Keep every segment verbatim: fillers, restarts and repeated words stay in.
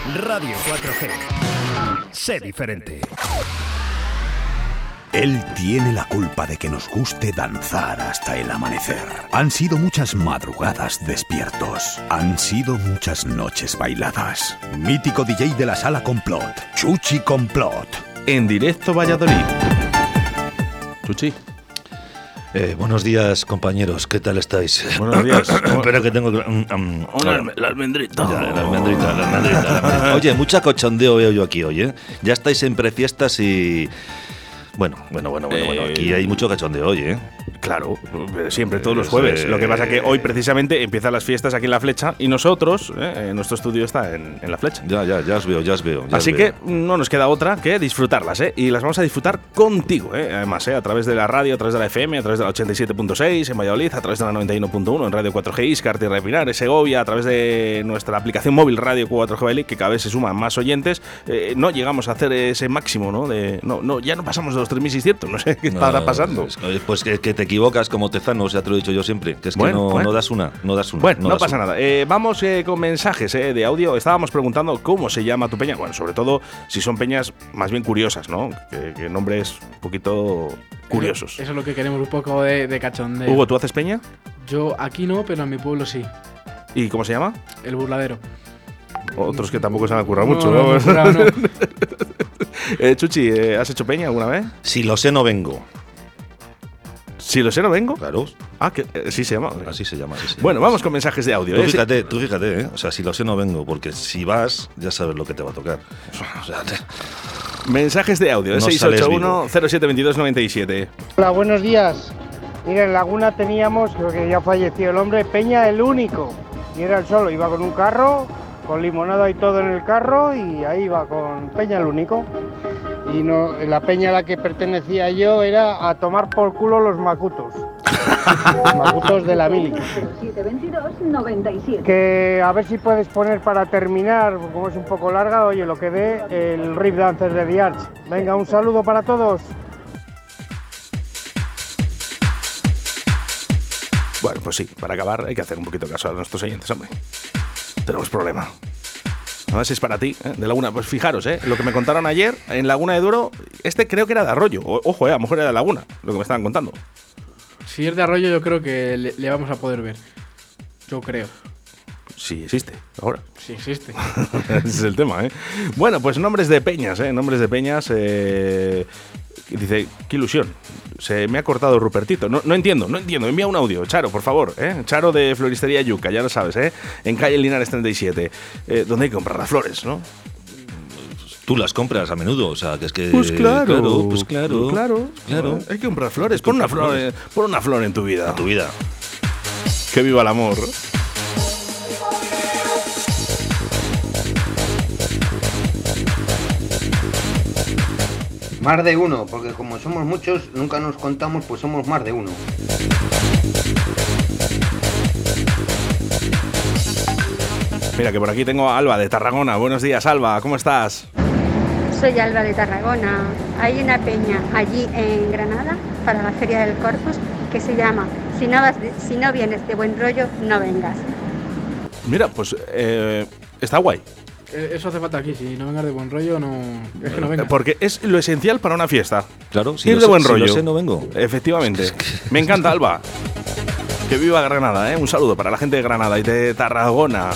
Radio cuatro G. Sé diferente. Él tiene la culpa de que nos guste danzar hasta el amanecer. Han sido muchas madrugadas despiertos. Han sido muchas noches bailadas. Mítico D J de la Sala Complot, Chuchi Complot. En directo Valladolid. Chuchi. Eh, buenos días, compañeros. ¿Qué tal estáis? Buenos días. Espera que tengo... Um, um, Una, la almendrita. Ya, la almendrita, la almendrita, la almendrita. Oye, mucha cochondeo veo yo aquí hoy, ¿eh? Ya estáis en prefiestas y... Bueno, bueno, bueno, bueno, bueno. Aquí hay mucho cachondeo hoy, ¿eh? Claro, siempre, todos los jueves. Lo que pasa que hoy precisamente empiezan las fiestas aquí en La Flecha y nosotros, eh, nuestro estudio está en, en La Flecha. Ya, ya, ya os veo, ya os veo. Ya Así os que veo. no nos queda otra que disfrutarlas, ¿eh? Y las vamos a disfrutar contigo, ¿eh? Además, ¿eh? A través de la radio, a través de la F M, a través de la ochenta y siete punto seis en Valladolid, a través de la noventa y uno punto uno en Radio cuatro G Iscar, Tierra de Pinares, Segovia, a través de nuestra aplicación móvil Radio cuatro G Valladolid, que cada vez se suman más oyentes. Eh, no llegamos a hacer ese máximo, ¿no? De, no, no, ya no pasamos de los tres mil seiscientos, no sé qué No, estará pasando. Pues que, que te equivocas como Tezano, ya te lo he dicho yo siempre. Que es Bueno, que no, bueno. no das una, no das una. Bueno, no, das pasa una. nada. Eh, vamos eh, con mensajes eh, de audio. Estábamos preguntando cómo se llama tu peña. Bueno, sobre todo si son peñas más bien curiosas, ¿no? Que, que nombres un poquito curiosos. Eso, eso es lo que queremos, un poco de, de cachondeo. Hugo, ¿tú haces peña? Yo aquí no, pero en mi pueblo sí. ¿Y cómo se llama? El burladero. Otros que tampoco se han currado No, mucho, no, ¿no? no, currado, no. eh, Chuchi, eh, ¿has hecho peña alguna vez? Si lo sé, no vengo. Si lo sé, no vengo. Claro. Ah, que eh, sí se llama. Así se llama. Así se Bueno, llama, vamos sí. con mensajes de audio. Tú eh. fíjate, tú fíjate, ¿eh? O sea, si lo sé, no vengo, porque si vas, ya sabes lo que te va a tocar. O sea, te... Mensajes de audio. No seis ocho uno, cero siete dos dos, nueve siete. Hola, buenos días. Mira, en Laguna teníamos, creo que ya falleció el hombre, Peña el Único. Y era el solo, iba con un carro, con limonada y todo en el carro, y ahí iba con Peña el Único. Y no, la peña a la que pertenecía yo era a tomar por culo los macutos. Los macutos de la mili. Que a ver si puedes poner para terminar, como es un poco larga, oye, lo que dé el Rip Dancer de The Arch. Venga, un saludo para todos. Bueno, pues sí, para acabar hay que hacer un poquito caso a nuestros oyentes, hombre. Tenemos problema. Además es para ti, ¿eh? De Laguna. Pues fijaros, ¿eh? Lo que me contaron ayer en Laguna de Duero, este creo que era de Arroyo. O, ojo, ¿eh? A lo mejor era de Laguna, lo que me estaban contando. Si es de Arroyo, yo creo que le, le vamos a poder ver. Yo creo. Sí existe, ahora. Sí existe. Ese es el tema, ¿eh? Bueno, pues nombres de peñas, ¿eh? Nombres de peñas. Eh... Dice, qué ilusión. Se me ha cortado Rupertito. No, no entiendo, no entiendo. Envía un audio, Charo, por favor. ¿eh? Charo de Floristería Yuca, ya lo sabes, ¿eh? En calle Linares treinta y siete. Eh, donde hay que comprar las flores, ¿no? Tú las compras a menudo, o sea, que es que... Pues claro, claro pues claro. claro, claro. Hay que comprar flores. Pon una flor, eh, pon una flor en tu vida. En tu vida. Que viva el amor. Más de uno, porque como somos muchos, nunca nos contamos, pues somos más de uno. Mira, que por aquí tengo a Alba de Tarragona. Buenos días, Alba, ¿cómo estás? Soy Alba de Tarragona. Hay una peña allí en Granada para la Feria del Corpus que se llama Si no, vas de, si no vienes de buen rollo, no vengas. Mira, pues eh, está guay. Eso hace falta aquí. Si no vengas de buen rollo, no. Es que no vengas. Porque es lo esencial para una fiesta. Claro, si ir lo de sé, buen si rollo. lo sé, no vengo. Efectivamente. Me encanta, Alba. Que viva Granada, ¿eh? Un saludo para la gente de Granada y de Tarragona.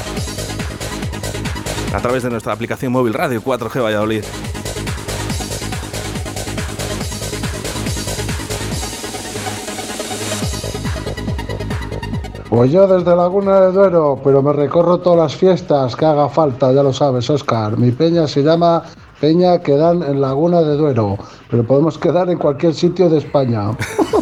A través de nuestra aplicación móvil Radio cuatro G Valladolid. Pues yo desde Laguna de Duero, pero me recorro todas las fiestas que haga falta, ya lo sabes, Óscar. Mi peña se llama Peña Quedan en Laguna de Duero, pero podemos quedar en cualquier sitio de España.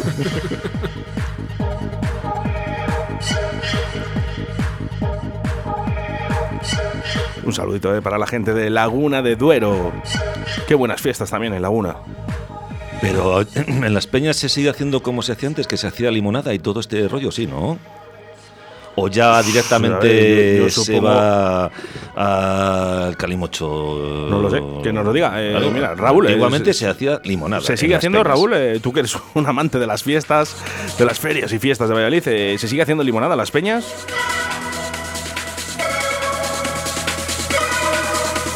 Un saludito eh, para la gente de Laguna de Duero. Qué buenas fiestas también en Laguna. Pero en las peñas se sigue haciendo como se hacía antes, que se hacía limonada y todo este rollo, sí, ¿no? O ya directamente ver, yo- yo se supongo- va al calimocho. No lo sé, que nos lo diga. Eh, Claro. mira, Raúl. eh, Igualmente se, se hacía limonada. se en sigue las haciendo, peñas. Raúl, eh, tú que eres un amante de las fiestas, de las ferias y fiestas de Valladolid, eh, ¿se sigue haciendo limonada en las peñas?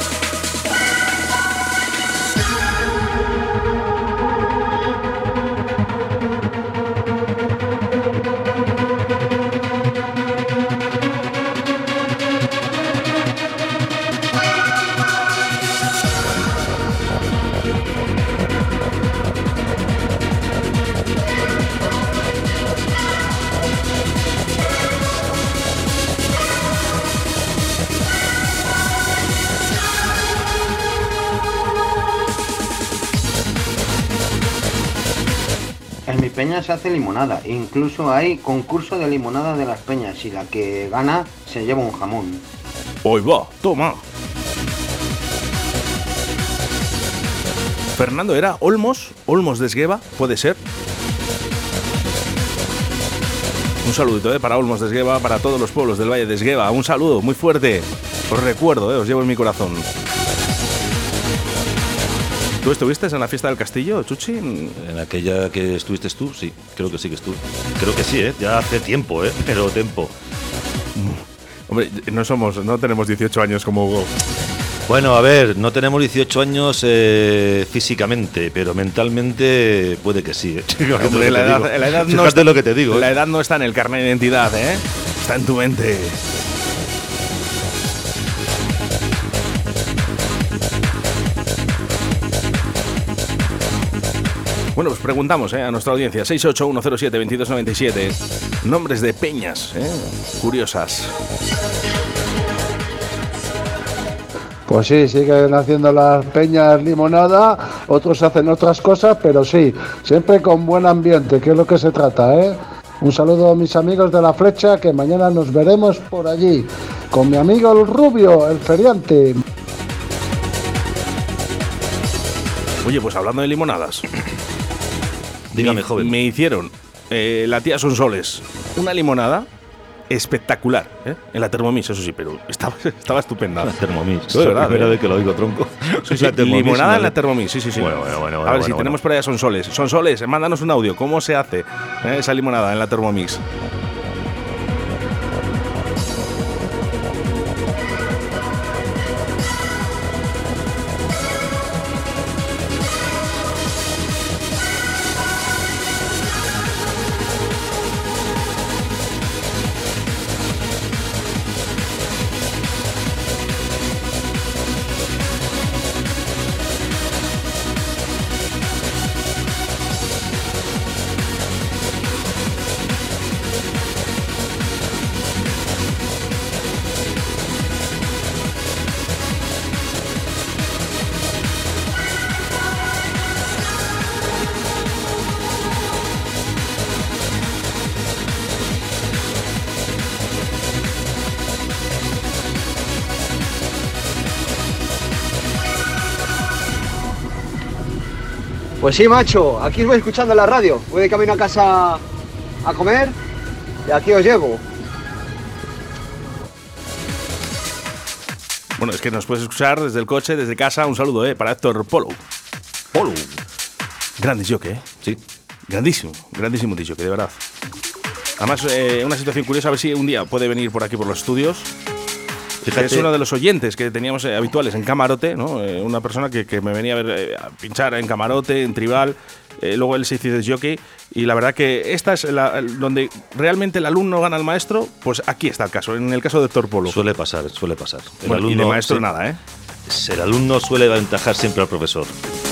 peña se hace limonada. Incluso hay concurso de limonada de las peñas y la que gana se lleva un jamón. Hoy va, toma. Fernando, ¿era Olmos? ¿Olmos de Esgueva? ¿Puede ser? Un saludito, ¿eh? Para Olmos de Esgueva, para todos los pueblos del Valle de Esgueva. Un saludo muy fuerte. Os recuerdo, ¿eh? Os llevo en mi corazón. ¿Tú estuviste en la fiesta del castillo, Chuchi? En aquella que estuviste tú, sí. Creo que sí que estuve. Creo que sí, ¿eh? Ya hace tiempo, ¿eh? Pero tiempo. Hombre, no somos, no tenemos dieciocho años como Hugo. Bueno, a ver, no tenemos dieciocho años eh, físicamente, pero mentalmente puede que sí. ¿eh? Hombre, la edad, la edad no está, lo que te digo. La ¿eh? edad no está en el carnet de identidad, ¿eh? Está en tu mente. Bueno, pues preguntamos ¿eh? a nuestra audiencia, seis ocho uno cero siete, dos dos nueve siete, nombres de peñas, ¿eh? Curiosas. Pues sí, siguen haciendo las peñas limonada, otros hacen otras cosas, pero sí, siempre con buen ambiente, que es lo que se trata, ¿eh? Un saludo a mis amigos de La Flecha, que mañana nos veremos por allí, con mi amigo el Rubio, el feriante. Oye, pues hablando de limonadas, dígame, me, joven. Me hicieron eh, la tía Sonsoles una limonada espectacular, ¿eh? En la Thermomix, eso sí, pero estaba, estaba estupenda. La Thermomix, es la primera ¿eh? vez que lo oigo, tronco. Sí, sí, limonada ¿vale? En la Thermomix, sí, sí, sí. Bueno, bueno, bueno. A ver bueno, si bueno. tenemos por allá Sonsoles. Sonsoles, mándanos un audio, ¿cómo se hace ¿eh? esa limonada en la Thermomix? Pues sí, macho, aquí os voy escuchando en la radio. Voy de camino a casa a comer y aquí os llevo. Bueno, es que nos puedes escuchar desde el coche, desde casa. Un saludo, ¿eh? Para Héctor Polo. Polo. Grande jockey, ¿eh? Sí. Grandísimo, grandísimo jockey, de verdad. Además, eh, una situación curiosa, a ver si un día puede venir por aquí por los estudios. Fíjate. Es uno de los oyentes que teníamos eh, habituales en Camarote, ¿no? Eh, una persona que, que me venía a ver eh, a pinchar en Camarote, en Tribal, eh, luego él se hizo de jockey, y la verdad que esta es la, donde realmente el alumno gana al maestro, pues aquí está el caso, en el caso de Héctor Polo. Suele pasar, suele pasar. El Bueno, alumno, y de maestro sí, nada, ¿eh? El alumno suele aventajar siempre al profesor.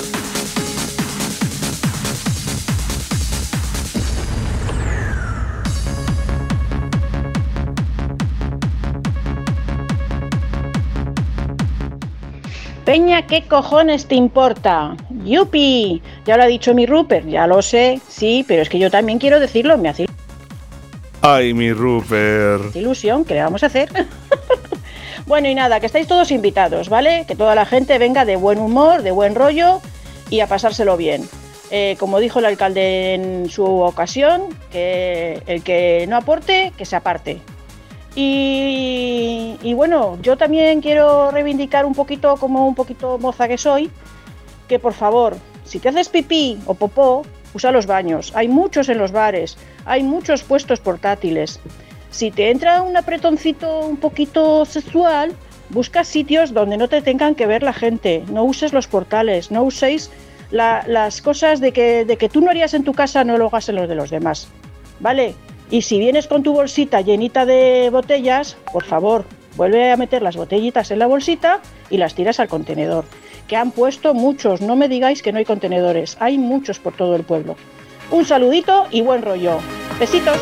Peña, ¿qué cojones te importa? ¡Yupi! Ya lo ha dicho mi Rupert, ya lo sé, sí, pero es que yo también quiero decirlo, me hace Ay, mi Rupert. ilusión, ¿qué le vamos a hacer? Bueno, y nada, que estáis todos invitados, ¿vale? Que toda la gente venga de buen humor, de buen rollo y a pasárselo bien. Eh, como dijo el alcalde en su ocasión, que el que no aporte, que se aparte. Y, y bueno, yo también quiero reivindicar un poquito, como un poquito moza que soy, que por favor, si te haces pipí o popó, usa los baños. Hay muchos en los bares, hay muchos puestos portátiles. Si te entra un apretoncito un poquito sexual, busca sitios donde no te tengan que ver la gente. No uses los portales, no uséis la, las cosas de que, de que tú no harías en tu casa, no lo hagas en los de los demás, ¿vale? Y si vienes con tu bolsita llenita de botellas, por favor, vuelve a meter las botellitas en la bolsita y las tiras al contenedor. Que han puesto muchos, no me digáis que no hay contenedores, hay muchos por todo el pueblo. Un saludito y buen rollo. Besitos.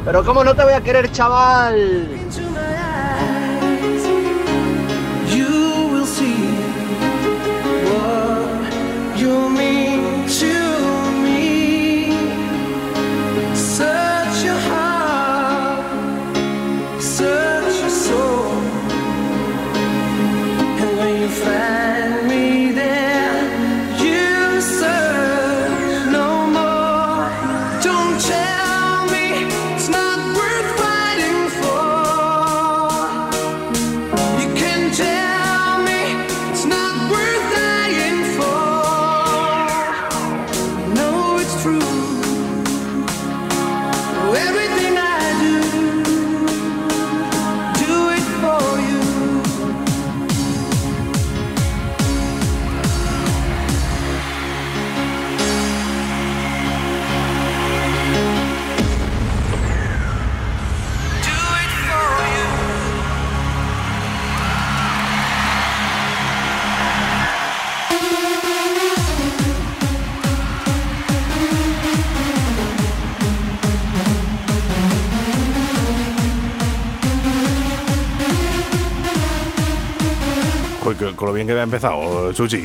Pero cómo no te voy a querer, chaval. Con lo bien que me ha empezado, Chuchi.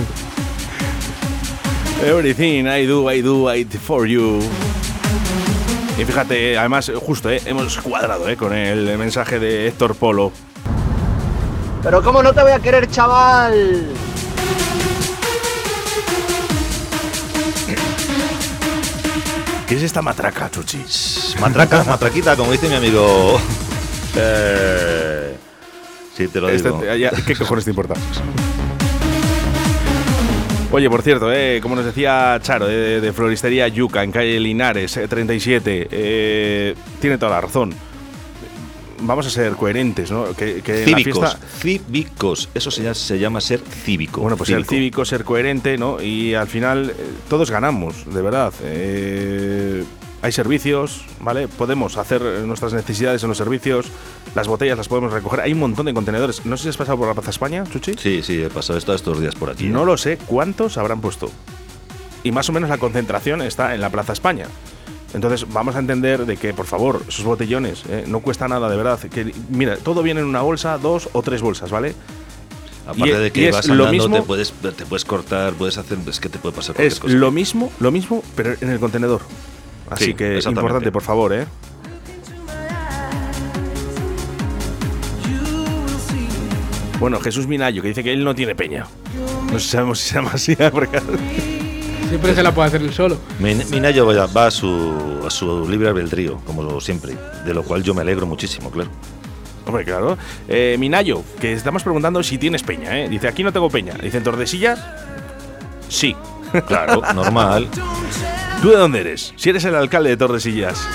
Everything I do, I do it for you. Y fíjate, además, justo, eh, hemos cuadrado eh, con el mensaje de Héctor Polo. Pero cómo no te voy a querer, chaval. ¿Qué es esta matraca, Chuchi? Matraca, matraquita, como dice mi amigo. Eh... Sí, te lo este, digo. Ya, ¿qué cojones te importa? Oye, por cierto, eh, como nos decía Charo, eh, de Floristería Yuca, en calle Linares, eh, treinta y siete, eh, tiene toda la razón. Vamos a ser coherentes, ¿no? Que, que cívicos, la fiesta... cívicos, eso se llama, se llama ser cívico. Bueno, pues cívico. ser cívico, ser coherente, ¿no? Y al final eh, todos ganamos, de verdad. Eh, hay servicios, ¿vale? Podemos hacer nuestras necesidades en los servicios, las botellas las podemos recoger. Hay un montón de contenedores. No sé si has pasado por la Plaza España, Chuchi. Sí, sí, he pasado estos días por aquí. No ¿eh? lo sé cuántos habrán puesto. Y más o menos la concentración está en la Plaza España. Entonces vamos a entender de que, por favor, esos botellones eh, no cuesta nada, de verdad. Que, mira, todo viene en una bolsa, dos o tres bolsas, ¿vale? Aparte y, de que vas lo andando, mismo, te puedes, te puedes cortar, puedes hacer, es que te puede pasar cualquier es cosa. lo mismo, lo mismo, pero en el contenedor. Así sí, que importante, por favor, ¿eh? Bueno, Jesús Minayo, que dice que él no tiene peña. No sabemos si se llama así, porque... Siempre se la puede hacer él solo. Min- Minayo va, va a, su, a su libre albedrío, como siempre, de lo cual yo me alegro muchísimo, claro. Hombre, claro. Eh, Minayo, que estamos preguntando si tienes peña, ¿eh? Dice, aquí no tengo peña. Dice, ¿en Tordesillas? Sí. Claro, normal. ¿Tú de dónde eres? Si eres el alcalde de Tordesillas.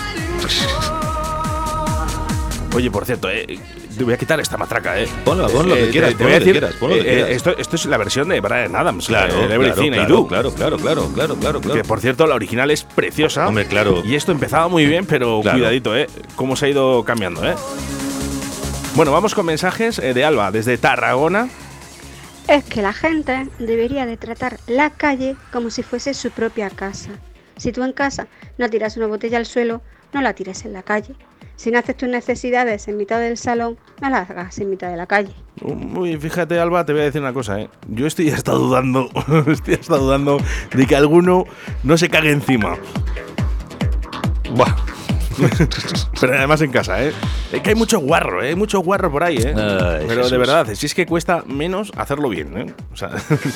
Oye, por cierto, eh, te voy a quitar esta matraca, ¿eh? Ponlo, pon lo eh, que quieras, te, te pon voy a lo que decir, quieras, pon lo que eh, quieras. Esto, esto es la versión de Bryan Adams, Claro, eh, de Everything claro, I Do. claro, claro, claro, claro, claro, claro. Que, por cierto, la original es preciosa. Hombre, claro. Y esto empezaba muy bien, pero Claro. cuidadito, ¿eh? Cómo se ha ido cambiando, ¿eh? Bueno, vamos con mensajes eh, de Alba, desde Tarragona. Es que la gente debería de tratar la calle como si fuese su propia casa. Si tú en casa no tiras una botella al suelo, no la tires en la calle. Si no haces tus necesidades en mitad del salón, no las hagas en mitad de la calle. Uy, fíjate, Alba, te voy a decir una cosa, ¿eh? Yo estoy hasta dudando, estoy hasta dudando de que alguno no se cague encima. Buah. Pero además en casa, ¿eh? Es que hay mucho guarro, ¿eh? Hay mucho guarro por ahí, ¿eh? Ay, Pero Jesús. de verdad, si es que cuesta menos hacerlo bien, ¿eh? O sea...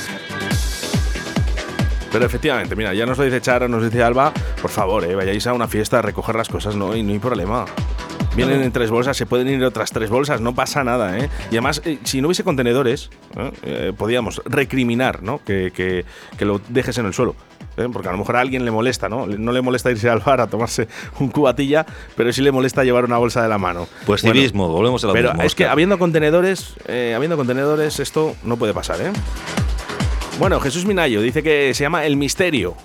Pero efectivamente, mira, ya nos lo dice Charo, nos dice Alba, por favor, eh, vayáis a una fiesta a recoger las cosas, no, y no hay problema. Vienen en tres bolsas, se pueden ir otras tres bolsas, no pasa nada, ¿eh? Y además, eh, si no hubiese contenedores, ¿eh? Eh, podíamos recriminar, ¿no? Que, que, que lo dejes en el suelo, ¿eh? Porque a lo mejor a alguien le molesta, ¿no? No le molesta irse al bar a tomarse un cubatilla, pero sí le molesta llevar una bolsa de la mano. Pues Bueno, civismo, volvemos a lo pero mismo. es que Óscar. habiendo contenedores, eh, habiendo contenedores, esto no puede pasar, ¿eh? Bueno, Jesús Minayo dice que se llama El Misterio.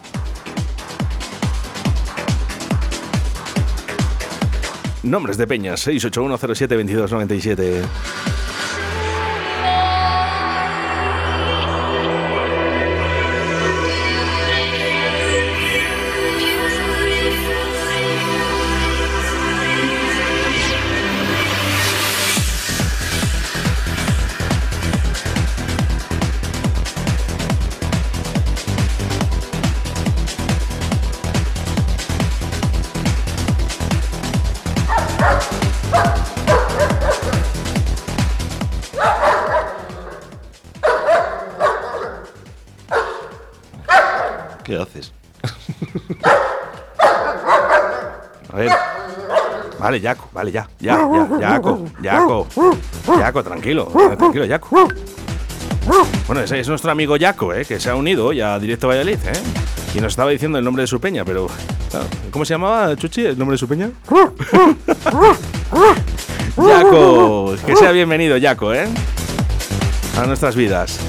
Nombres de peñas, seis ocho uno cero siete dos dos nueve siete. ver. Vale, Yaco, vale, ya, ya, ya, Yaco, Yaco, Yaco, tranquilo, tranquilo, Yaco. Bueno, ese es nuestro amigo Yaco, ¿eh? Que se ha unido hoy a Directo Valladolid, ¿eh? Y nos estaba diciendo el nombre de su peña, pero... Claro, ¿cómo se llamaba, Chuchi, el nombre de su peña? Yaco, que sea bienvenido, Yaco, ¿eh? A nuestras vidas.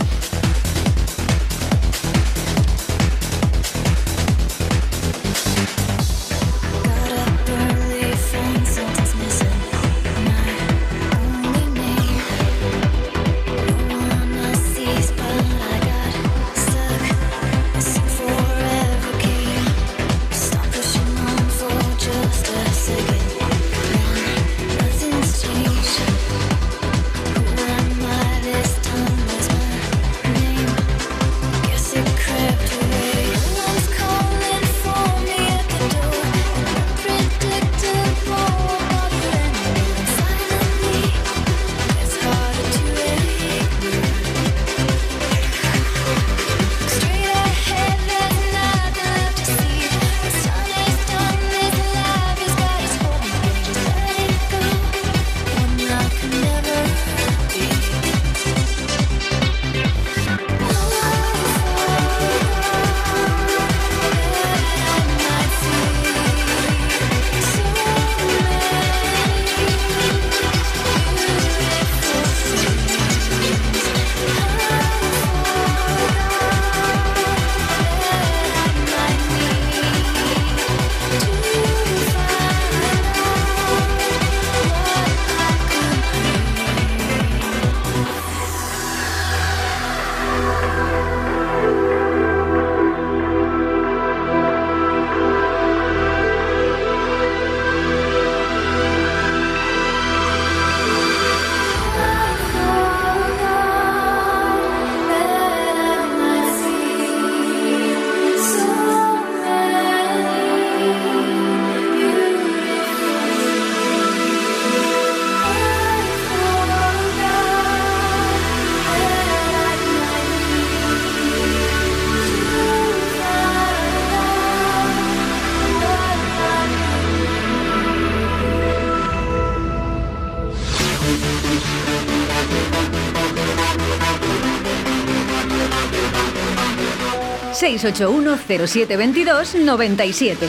seis ocho uno cero siete veintidós noventa y siete.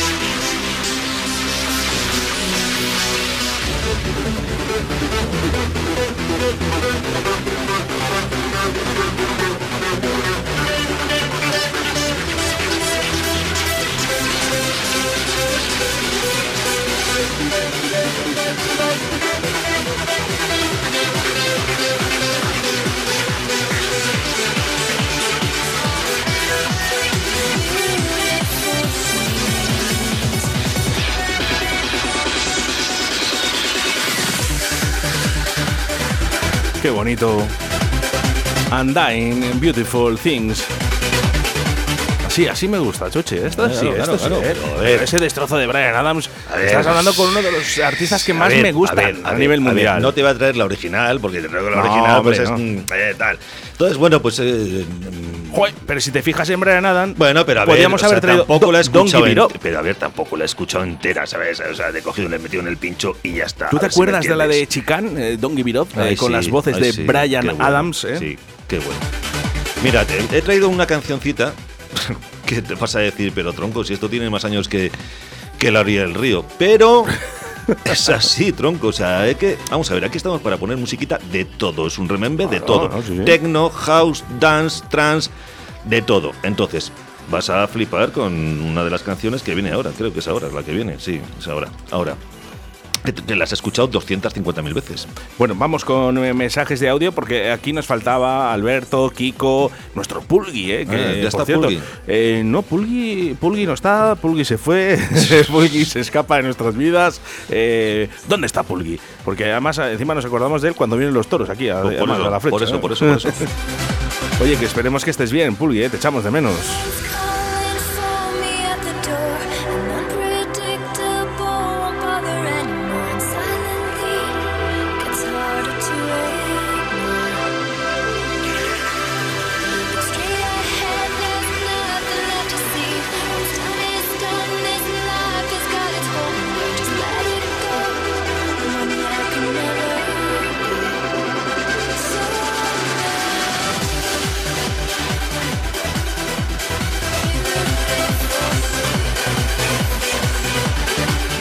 Qué bonito. Undying, Beautiful Things. Así, así me gusta, Choche. Esto Claro, sí, claro, esto claro, sí. pero, a ¿eh? ver. Ese destrozo de Bryan Adams. A ver. Estás hablando con uno de los artistas que más A ver, me gustan a, ver, ver, nivel mundial. ver, no te va a traer la original, porque te traigo la No, original, hombre, pues es no. mm, eh, tal. Entonces, bueno, pues. Eh, Joder, pero si te fijas en Bryan Adams, bueno, pero a ver, podríamos o haber sea, traído tampoco la he Don't escuchado. Give It en- Up. pero a ver, tampoco la he escuchado entera, ¿sabes? O sea, te he cogido, le he metido en el pincho y ya está. ¿Tú A te ver si me acuerdas de la de entiendes. Chicán, eh, Don't Give It Up, eh, Ay, con sí, las voces ay, de sí, Bryan qué bueno, Adams? Eh? Sí, qué bueno. Mira, te he traído una cancioncita que te vas a decir, pero tronco, si esto tiene más años que, que la orilla del río. Pero es así, tronco. O sea, es que, vamos a ver, aquí estamos para poner musiquita de todo. Es un remember de Claro, todo. no, sí, sí. Techno, house, dance, trance, de todo. Entonces, vas a flipar con una de las canciones que viene ahora. Creo que es ahora la que viene. Sí, es ahora. Ahora. Te, te las he escuchado doscientas cincuenta mil veces. Bueno, vamos con eh, mensajes de audio porque aquí nos faltaba Alberto, Kiko, nuestro Pulgui, ¿eh? Que, Ah, ya por está cierto, Pulgui. eh, no, Pulgui, Pulgui no está, Pulgui se fue, Pulgui se escapa de nuestras vidas. Eh, ¿Dónde está Pulgui? Porque además encima nos acordamos de él cuando vienen los toros aquí a, Por además, eso, a la flecha. por eso, ¿eh? por eso, por eso. Oye, que esperemos que estés bien, Pulgui, ¿eh? Te echamos de menos.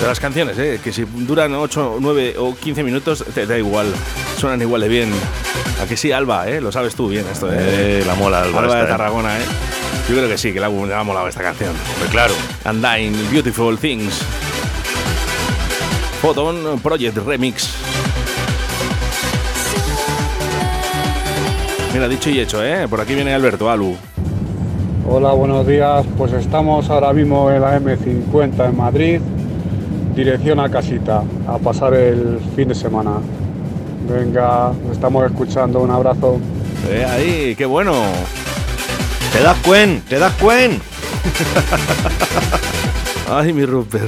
de las canciones, ¿eh? Que si duran ocho, nueve o quince minutos, te da igual. Suenan igual de bien. ¿A que sí, Alba, eh? Lo sabes tú bien esto, ¿eh? Eh, la mola Alba. Alba esta, de ¿eh? Tarragona, ¿eh? Yo creo que sí, que le ha, le ha molado esta canción. Hombre, claro. Undying, Beautiful Things. Photon Project Remix. Mira, dicho y hecho, ¿eh? Por aquí viene Alberto, Alu. Hola, buenos días. Pues estamos ahora mismo en la eme cincuenta en Madrid, dirección a casita, a pasar el fin de semana. Venga, estamos escuchando, un abrazo. Eh, ahí, qué bueno. Te das cuen, te das cuen. Ay, mi Rupert.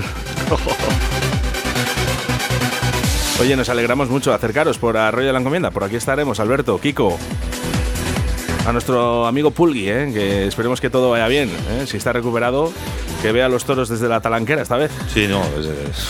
Oye, nos alegramos mucho de acercaros por Arroyo de la Encomienda. Por aquí estaremos, Alberto, Kiko. A nuestro amigo Pulgui, ¿eh? Que esperemos que todo vaya bien, ¿eh? Si está recuperado, que vea los toros desde la talanquera esta vez. Sí, no, es... es...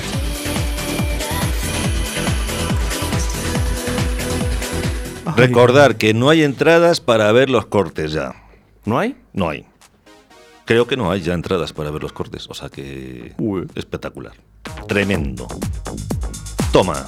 Recordar que no hay entradas para ver los cortes ya. ¿No hay? No hay. Creo que no hay ya entradas para ver los cortes. O sea que... Uy. Espectacular. Tremendo. Toma.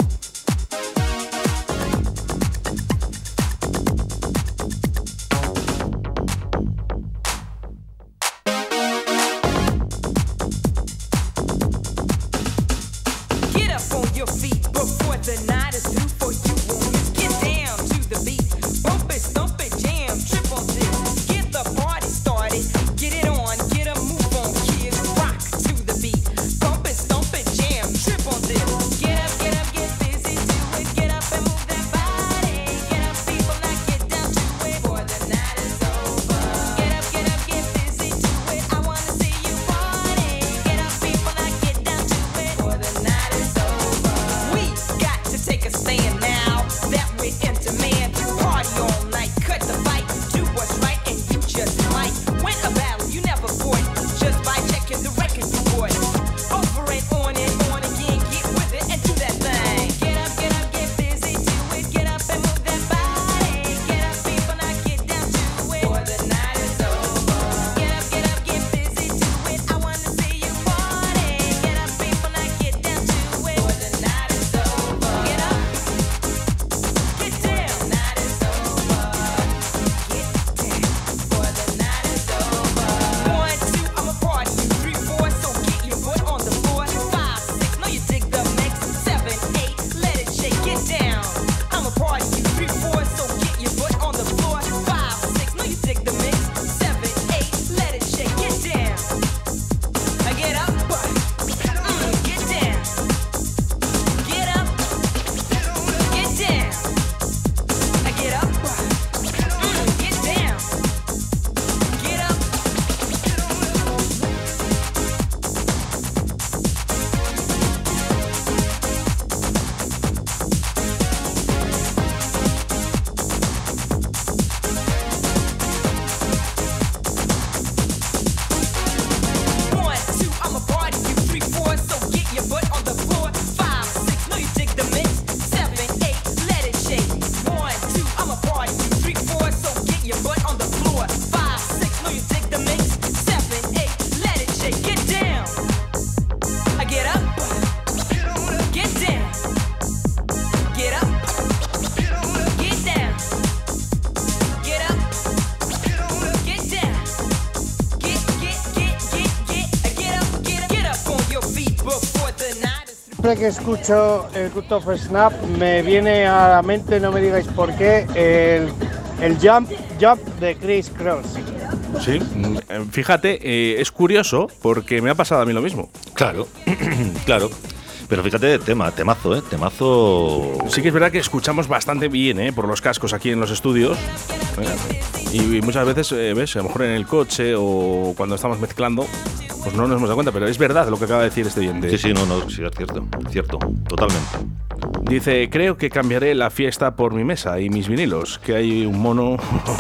Siempre que escucho el Cut of Snap me viene a la mente, no me digáis por qué, el, el Jump Jump de Chris Cross. Sí, fíjate, eh, es curioso porque me ha pasado a mí lo mismo. Claro, claro. Pero fíjate, tema, temazo, ¿eh? Temazo... Sí que es verdad que escuchamos bastante bien, ¿eh? Por los cascos aquí en los estudios. ¿eh? Y muchas veces, eh, ves, a lo mejor en el coche o cuando estamos mezclando, pues no nos hemos dado cuenta, pero es verdad lo que acaba de decir este oyente. Sí, sí, no, no, sí, es cierto, cierto, totalmente. Dice, creo que cambiaré la fiesta por mi mesa y mis vinilos, que hay un mono...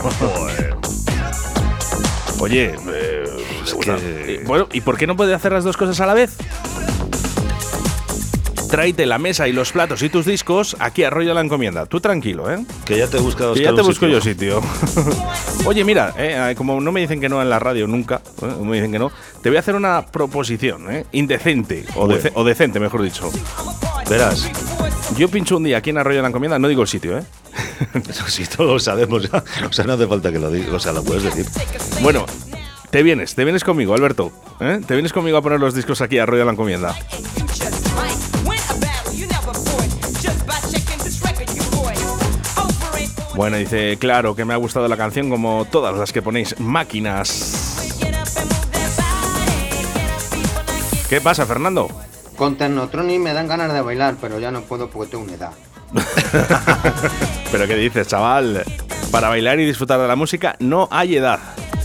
Oye, eh, es bueno, que... eh, bueno, ¿y por qué no puede hacer las dos cosas a la vez? tráete la mesa y los platos y tus discos aquí a Arroyo la Encomienda. Tú tranquilo, ¿eh? Que ya te he buscado. Que ya te busco yo sitio. Oye, mira, eh, como no me dicen que no en la radio nunca, ¿eh? me dicen que no, te voy a hacer una proposición, ¿eh? Indecente, o, Bueno. dece- o decente, mejor dicho. Verás. Yo pincho un día aquí en Arroyo la Encomienda, no digo el sitio, ¿eh? Eso sí, todos lo sabemos ya. O sea, no hace falta que lo digas, o sea, lo puedes decir. Bueno, te vienes, te vienes conmigo, Alberto, ¿eh? Te vienes conmigo a poner los discos aquí a Arroyo la Encomienda. Bueno, dice, claro que me ha gustado la canción como todas las que ponéis, máquinas. ¿Qué pasa, Fernando? Con Technotronic me dan ganas de bailar, pero ya no puedo porque tengo una edad. ¿Pero qué dices, chaval? Para bailar y disfrutar de la música no hay edad.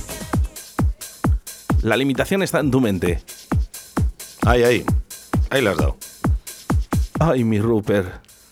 La limitación está en tu mente. Ahí, ahí. Ahí la has dado. Ay, mi Rupert.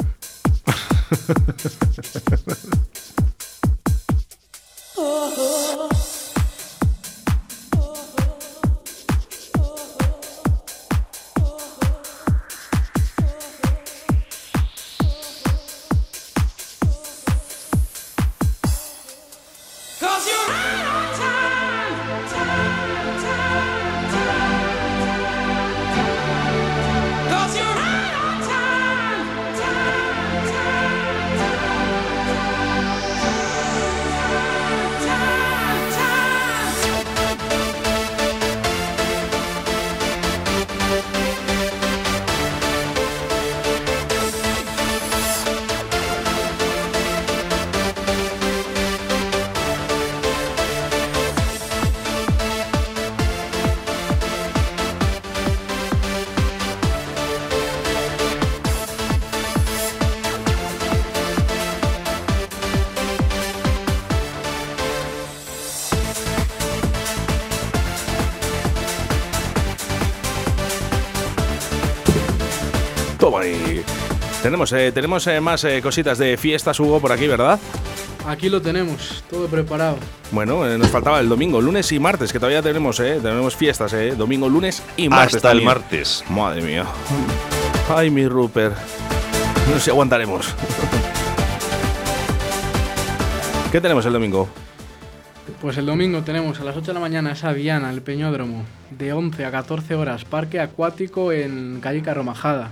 Toma ahí. Tenemos, eh, tenemos eh, más eh, cositas de fiestas, Hugo, por aquí, ¿verdad? Aquí lo tenemos, todo preparado. Bueno, eh, nos faltaba el domingo, lunes y martes, que todavía tenemos, eh, tenemos fiestas, eh, domingo, lunes y martes. Hasta el también. martes. Madre mía. Ay, mi Rupert. No sé si aguantaremos. ¿Qué tenemos el domingo? Pues el domingo tenemos a las ocho de la mañana esa Viana, el Peñódromo, de once a catorce horas, parque acuático en calle Carromajada.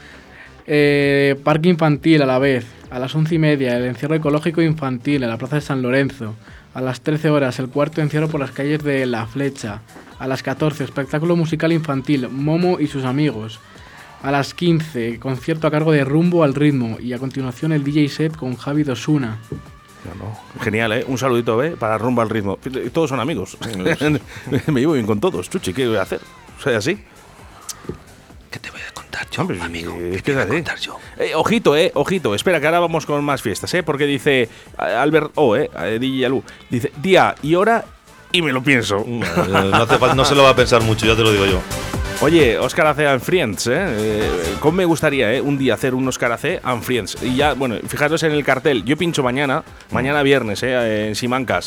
Eh, parque infantil a la vez, a las once y media el encierro ecológico infantil en la plaza de San Lorenzo, a las trece horas el cuarto encierro por las calles de La Flecha, a las catorce espectáculo musical infantil Momo y sus amigos, a las quince concierto a cargo de Rumbo al Ritmo y a continuación el D J set con Javi Dosuna. No, no. Genial, ¿eh? Un saludito, ¿eh? Para Rumbo al Ritmo. Todos son amigos. Me llevo bien con todos. Chuchi, ¿qué voy a hacer? ¿Soy así? ¿Qué te voy a contar yo, Hombre, amigo? Es ¿Qué que te es voy a así. contar yo? Eh, ojito, eh, ojito. Espera, que ahora vamos con más fiestas, ¿eh? Porque dice Albert O, ¿eh? D J Alu. Dice día y hora y me lo pienso. No, hace falta, no se lo va a pensar mucho, ya te lo digo yo. Oye, Óscar A C and Friends, ¿eh? eh ¿Cómo me gustaría, eh? Un día hacer un Óscar A C and Friends. Y ya, bueno, fijaros en el cartel. Yo pincho mañana, mañana viernes, ¿eh? En Simancas.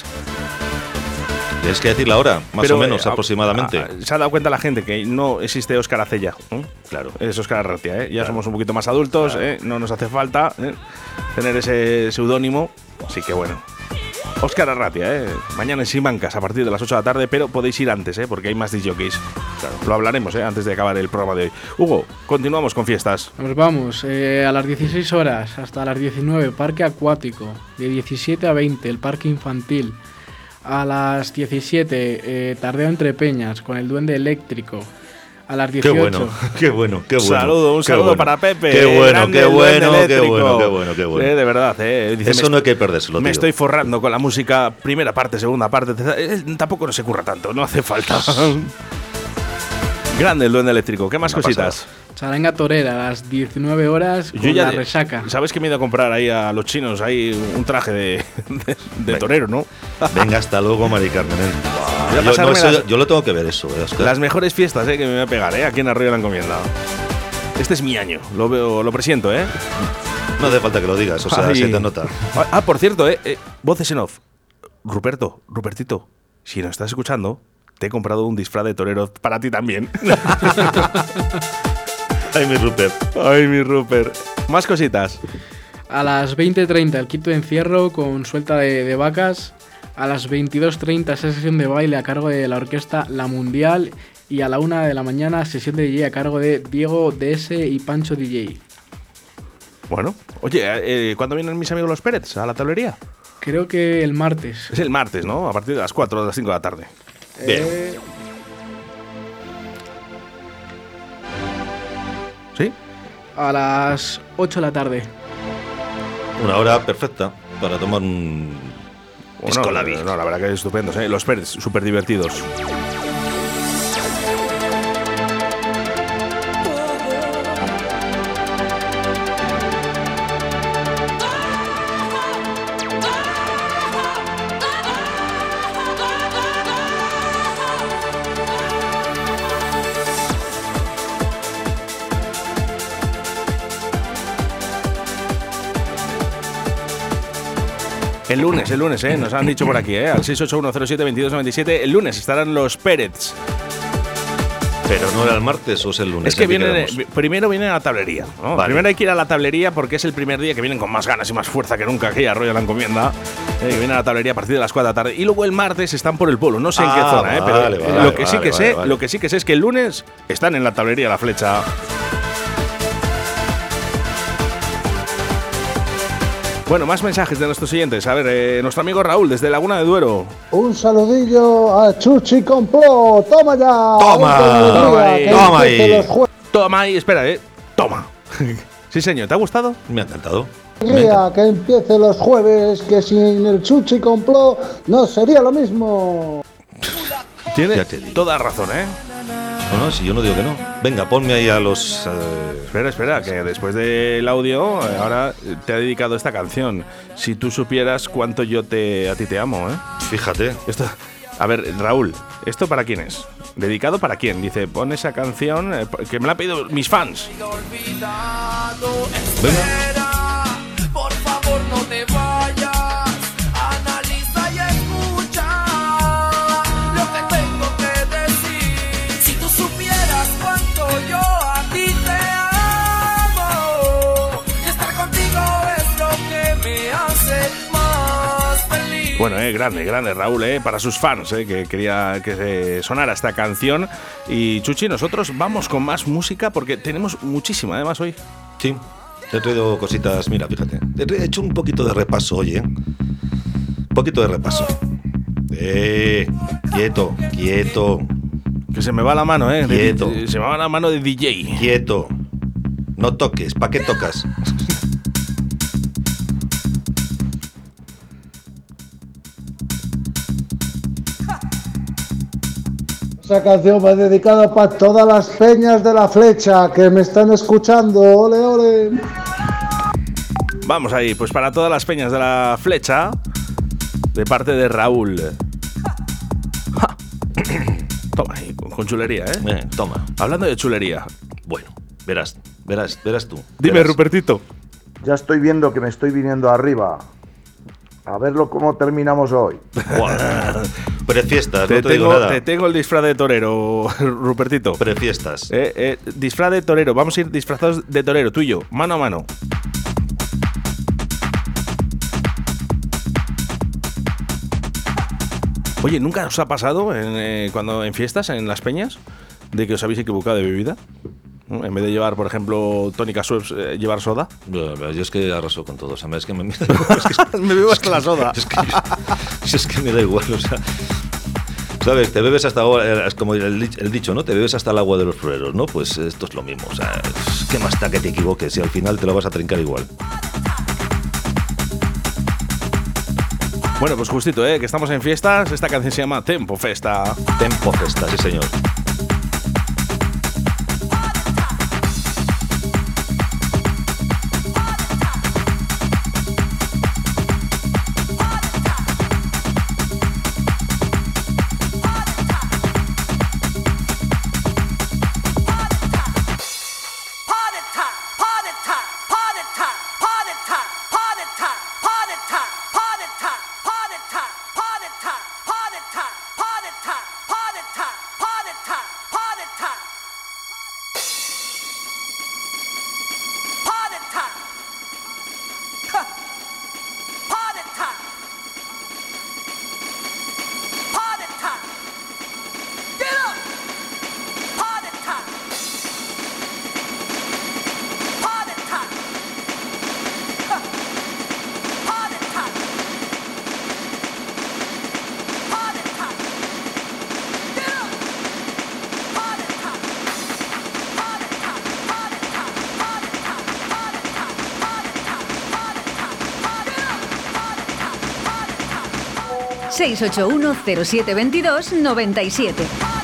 Tienes que decir la hora, más Pero, o menos, eh, aproximadamente. a- a- se ha dado cuenta la gente que no existe Óscar Acella. ¿eh? Claro. Es Óscar Arratia, ¿eh? Ya somos un poquito más adultos, ¿eh? No nos hace falta ¿eh? tener ese seudónimo. Así que bueno. Óscar Arratia, ¿eh? Mañana en Simancas a partir de las ocho de la tarde, pero podéis ir antes, ¿eh? Porque hay más disc jockeys. Claro, lo hablaremos, ¿eh? Antes de acabar el programa de hoy. Hugo, continuamos con fiestas. Nos vamos eh, a las dieciséis horas hasta las diecinueve, parque acuático, de diecisiete a veinte, el parque infantil. A las diecisiete, eh, tardeo entre peñas con el duende eléctrico. A las Qué dieciocho. bueno, qué bueno, qué bueno. Saludo, un qué saludo bueno. para Pepe. Qué bueno, grande qué el duende bueno, qué eléctrico. bueno, qué bueno, qué bueno. Eh, de verdad, ¿eh? Dice, Eso me no hay que perdérselo, Me tío. estoy forrando con la música, primera parte, segunda parte. tercera- eh, tampoco no se curra tanto, no hace falta. Grande el duende eléctrico. ¿Qué más Una cositas? Charanga torera a las diecinueve horas con la de- resaca. ¿Sabes que me he ido a comprar ahí a los chinos ahí un traje de, de, de torero, no? Venga, hasta luego, Mari Carmen. Voy a Yo, no, pasarme eso las- yo- yo lo tengo que ver eso. eh, Oscar. Las mejores fiestas eh, que me voy a pegar eh, aquí en Arroyo de la Encomienda. Este es mi año, lo veo, lo presiento, ¿eh? No hace falta que lo digas, o sea, Ay. se te nota. Ah, ah, por cierto, eh, eh, voces en off. Ruperto, Rupertito, si nos estás escuchando, te he comprado un disfraz de torero para ti también. Ay, mi Rupert. Ay, mi Rupert. Más cositas. A las veinte treinta el quinto encierro con suelta de, de vacas. A las veintidós treinta esa sesión de baile a cargo de la orquesta La Mundial. Y a la una de la mañana sesión de D J a cargo de Diego D S y Pancho D J. Bueno, oye, eh, ¿cuándo vienen mis amigos los Pérez a la tablería? Creo que el martes. Es el martes, ¿no? A partir de las cuatro o de las cinco de la tarde. Bien. Eh... ¿Sí? A las ocho de la tarde. Una hora perfecta para tomar un bueno, pisco labi. No, la verdad que es estupendo, ¿eh? Los Pérez, súper divertidos. El lunes, el lunes, ¿eh? Nos han dicho por aquí, ¿eh? Al seis ocho uno cero siete veintidós noventa y siete. El lunes estarán los Pérez. Pero no era el martes o es el lunes. Es que vienen, primero vienen a la tablería, ¿no? Vale. Primero hay que ir a la tablería porque es el primer día que vienen con más ganas y más fuerza que nunca, que ya arrolla la encomienda. Eh, que vienen a la tablería a partir de las cuatro de la tarde. Y luego el martes están por el pueblo, no sé en ah, qué zona, ¿eh? Pero vale, vale, lo que vale, sí que vale, sé, vale. lo que sí que sé es que el lunes están en la tablería La Flecha. Bueno, más mensajes de nuestros siguientes. A ver, eh, nuestro amigo Raúl, desde Laguna de Duero. Un saludillo a Chuchi Complot. ¡Toma ya! ¡Toma! Toma ahí. Toma ahí. Toma ahí, espera, eh. Toma. Sí, señor, ¿te ha gustado? Me ha encantado. Alegría, que empiece los jueves, que sin el Chuchi Complot no sería lo mismo. Tiene toda razón, ¿eh? No, no, si yo no digo que no. Venga, ponme ahí a los... Eh... Espera, espera, que después del audio, ahora te ha dedicado esta canción. Si tú supieras cuánto yo te a ti te amo, ¿eh? Fíjate. Esto, a ver, Raúl, ¿esto para quién es? ¿Dedicado para quién? Dice, pon esa canción eh, que me la han pedido mis fans. Venga. Por favor, no te vayas. Analiza y escucha lo que tengo que decir. Si tú supieras cuánto yo a ti te amo, estar contigo es lo que me hace más feliz. Bueno, eh, grande, grande Raúl, eh, para sus fans, eh, que quería que se sonara esta canción. Y Chuchi, nosotros vamos con más música porque tenemos muchísima además hoy. Sí. Te he traído cositas, mira, fíjate. Te he hecho un poquito de repaso hoy, ¿eh? Un poquito de repaso. Eh, quieto, quieto. Que se me va la mano, ¿eh? Quieto. De, se me va la mano de D J. Quieto. No toques, ¿para qué tocas? Esa canción va dedicada para todas las peñas de La Flecha que me están escuchando. ¡Ole, ole! Vamos ahí, pues para todas las peñas de La Flecha, de parte de Raúl. ¡Ja! Toma ahí, con, con chulería, ¿eh? Eh, toma. Hablando de chulería. Bueno, verás, verás, verás tú. Dime, verás. Rupertito. Ya estoy viendo que me estoy viniendo arriba. A verlo cómo terminamos hoy. Prefiestas, te no te tengo, digo nada. Te tengo el disfraz de torero, Rupertito. Prefiestas. Eh, eh, disfraz de torero. Vamos a ir disfrazados de torero, tú y yo, mano a mano. Oye, ¿nunca os ha pasado en, eh, cuando en fiestas, en las peñas, de que os habéis equivocado de bebida? ¿No? En vez de llevar, por ejemplo, tónica Schweppes, eh, llevar soda. Yo, yo es que arraso con todo. O sea, es que me, es que, me bebo hasta la soda. Es que, es que me da igual, o sea. ¿Sabes? Te bebes hasta, es como el, el dicho, ¿no? Te bebes hasta el agua de los floreros, ¿no? Pues esto es lo mismo. O sea, ¿qué más da que te equivoques si al final te lo vas a trincar igual? Bueno, pues justito, ¿eh? Que estamos en fiestas. Esta canción se llama Tempo Festa. Tempo Festa, sí señor. Party time, party time, party time, party time, party time, party time, party time. seis ocho uno cero siete dos dos nueve siete.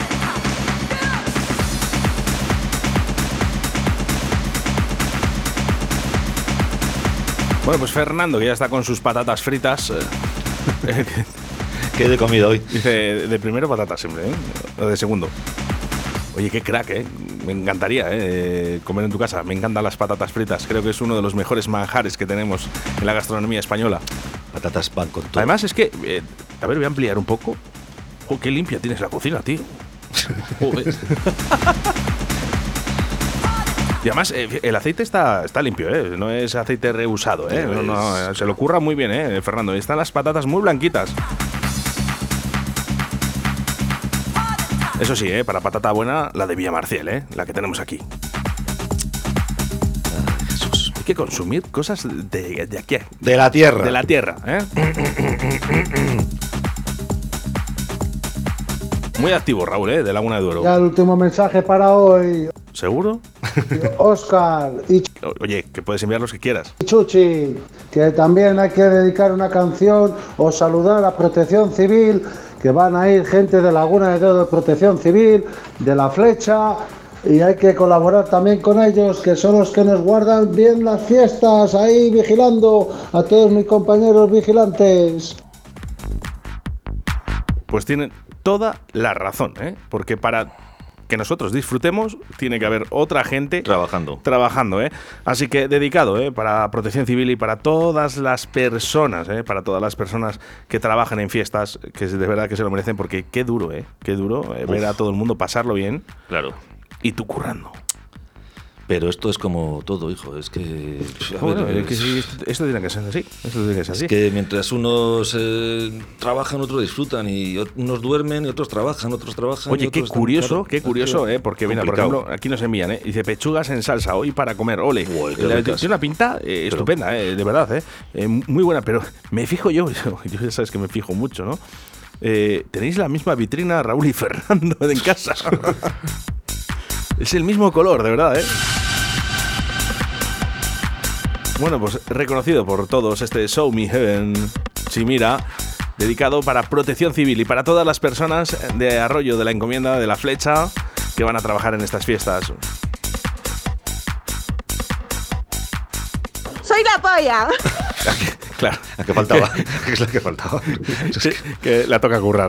Bueno, pues Fernando, que ya está con sus patatas fritas. Eh, ¿Qué de comida hoy? Dice, de primero patatas siempre, ¿eh? O de segundo. Oye, qué crack, ¿eh? Me encantaría ¿eh? comer en tu casa. Me encantan las patatas fritas. Creo que es uno de los mejores manjares que tenemos en la gastronomía española. Patatas van con todo. Además es que, eh, a ver, voy a ampliar un poco. Oh, qué limpia tienes la cocina, tío. Joder. Y además, eh, el aceite está, está limpio, ¿eh? No es aceite reusado, ¿eh? No, no, se lo curra muy bien, ¿eh, Fernando? Están las patatas muy blanquitas. Eso sí, ¿eh? Para patata buena, la de Villamarciel, ¿eh? La que tenemos aquí. Ay, Jesús. Hay que consumir cosas de, de aquí. De la tierra. De la tierra, ¿eh? Muy activo, Raúl, ¿eh? De Laguna de Duero. Ya el último mensaje para hoy. ¿Seguro? Oscar y Oye, que puedes enviar los que quieras. Chuchi, que también hay que dedicar una canción o saludar a Protección Civil, que van a ir gente de Laguna de Duero de Protección Civil, de La Flecha, y hay que colaborar también con ellos, que son los que nos guardan bien las fiestas, ahí vigilando a todos mis compañeros vigilantes. Pues tienen toda la razón, ¿eh? Porque para que nosotros disfrutemos tiene que haber otra gente trabajando, trabajando, ¿eh? Así que dedicado, ¿eh? Para Protección Civil y para todas las personas, ¿eh? Para todas las personas que trabajan en fiestas, que de verdad que se lo merecen, porque qué duro, ¿eh? Qué duro eh, ver a todo el mundo pasarlo bien. Claro. Y tú currando. Pero esto es como todo, hijo. Es que. Bueno, ver, es que sí, esto, esto tiene que ser así. Esto tiene que ser así. Es que mientras unos eh, trabajan, otros disfrutan. Y unos duermen y otros trabajan, otros trabajan. Oye, y otros qué curioso, están, claro, qué curioso, ¿eh? Porque, mira, por ejemplo, aquí nos envían, ¿eh? Dice pechugas en salsa hoy para comer. Ole. Uy, La, tiene una pinta eh, estupenda, ¿eh? De verdad, ¿eh? ¿eh? Muy buena, pero me fijo yo. Yo ya sabes que me fijo mucho, ¿no? Eh, Tenéis la misma vitrina, Raúl y Fernando, en casa. Es el mismo color, de verdad, ¿eh? Bueno, pues reconocido por todos este Show Me Heaven Chimira, dedicado para Protección Civil y para todas las personas de Arroyo de la Encomienda de la Flecha que van a trabajar en estas fiestas. ¡Soy la polla! Claro. ¿A qué faltaba? ¿Qué es lo que faltaba? Sí, que la toca currar.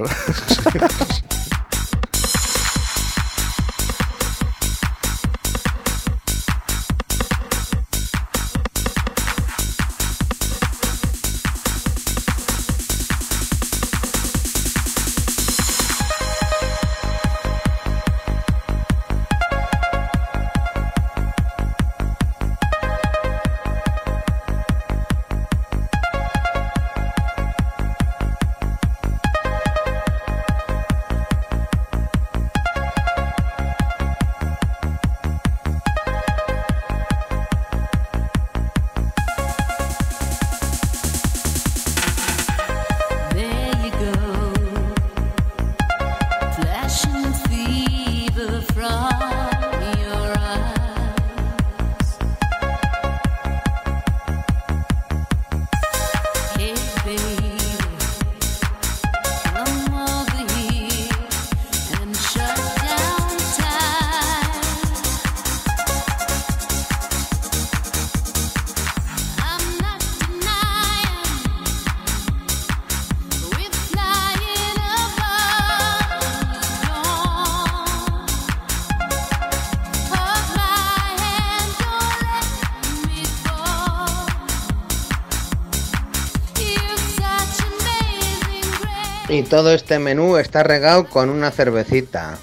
Y todo este menú está regado con una cervecita.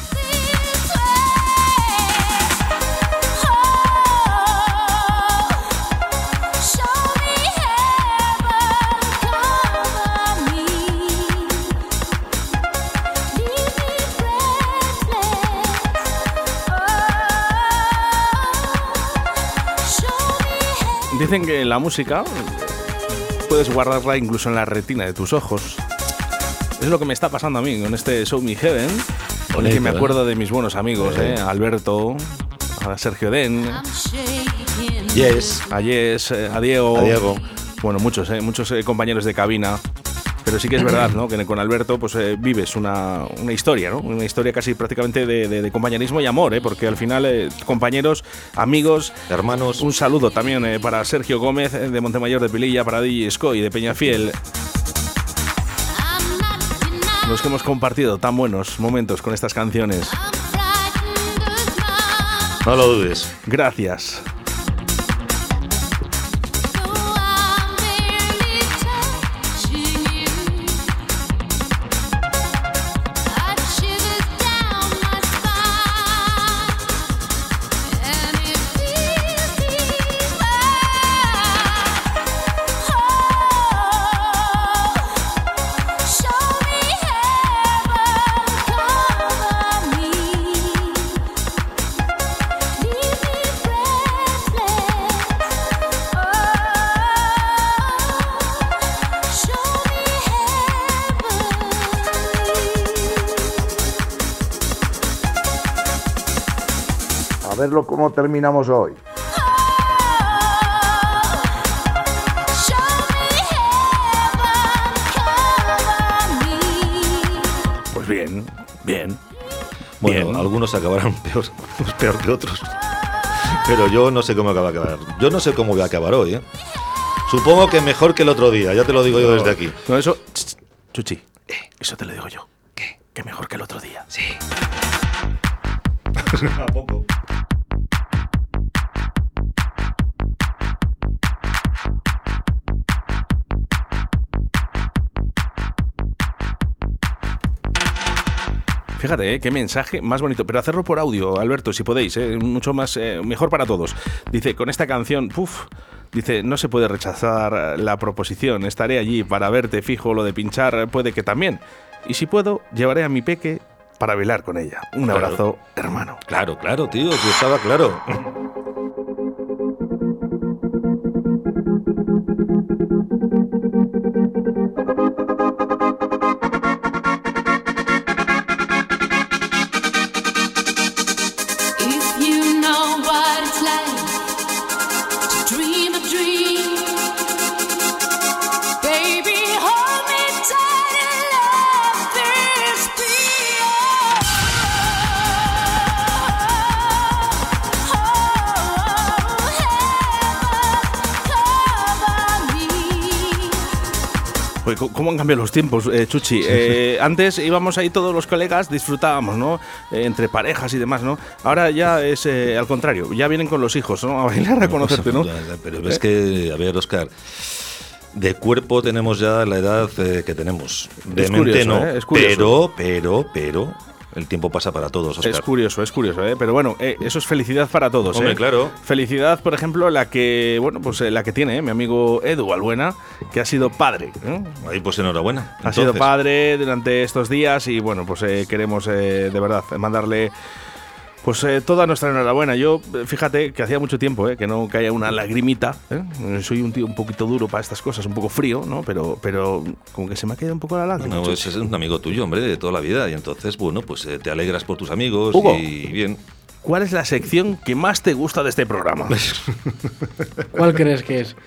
Dicen que la música puedes guardarla incluso en la retina de tus ojos. Es lo que me está pasando a mí con este Show Me Heaven. Olé, que me acuerdo de mis buenos amigos, eh, a Alberto, a Sergio Den, Yes, a Yes, a Diego. A Diego. Bueno, muchos, eh, muchos eh, compañeros de cabina Pero sí que es verdad, ¿no? Que con Alberto pues eh, vives una, una historia, ¿no? Una historia casi prácticamente de, de, de compañerismo y amor, ¿eh? Porque al final, eh, compañeros, amigos, hermanos. Un saludo también eh, para Sergio Gómez eh, de Montemayor de Pililla, para D J Scoy de Peñafiel. Los que hemos compartido tan buenos momentos con estas canciones. No lo dudes. Gracias. A verlo cómo terminamos hoy. Pues bien, bien. Bueno, bien. Algunos acabarán peor, peor que otros. Pero yo no sé cómo va a acabar. Yo no sé cómo voy a acabar hoy, ¿eh? Supongo que mejor que el otro día, ya te lo digo yo desde aquí. No, eso... Chuchi, eh, eso te lo digo yo. ¿Qué? Que mejor que el otro día. Sí. ¿A poco? Fíjate, ¿eh? Qué mensaje más bonito. Pero hacerlo por audio, Alberto, si podéis, ¿eh? Mucho más, eh, mejor para todos. Dice, con esta canción, puf, dice, no se puede rechazar la proposición. Estaré allí para verte fijo, lo de pinchar puede que también. Y si puedo, llevaré a mi peque para bailar con ella. Un claro. abrazo, hermano. Claro, claro, tío, si estaba claro. ¿Cómo han cambiado los tiempos, eh, Chuchi? Eh, antes íbamos ahí todos los colegas, disfrutábamos, ¿no? Eh, entre parejas y demás, ¿no? Ahora ya es eh, al contrario, ya vienen con los hijos, ¿no? A bailar, a conocerte, ¿no? Pero ves que, a ver, Óscar, de cuerpo tenemos ya la edad eh, que tenemos. De es mente curioso, no. ¿eh? Es curioso. Pero, pero, pero... El tiempo pasa para todos, Óscar. Es curioso, es curioso, ¿eh? Pero bueno, eh, eso es felicidad para todos, Hombre, ¿eh? claro. Felicidad, por ejemplo, la que, bueno, pues eh, la que tiene ¿eh? mi amigo Edu Albuena, que ha sido padre. ¿eh? Ahí pues enhorabuena. Ha Entonces. sido padre durante estos días y bueno, pues eh, queremos eh, de verdad mandarle pues eh, toda nuestra enhorabuena. Yo, fíjate que hacía mucho tiempo eh, que no caía una lagrimita. ¿eh? Soy un tío un poquito duro para estas cosas, un poco frío, ¿no? Pero, pero como que se me ha caído un poco la lágrima. No, ese es un amigo tuyo, hombre, de toda la vida. Y entonces, bueno, pues eh, te alegras por tus amigos Hugo, y bien. ¿Cuál es la sección que más te gusta de este programa? ¿Cuál crees que es?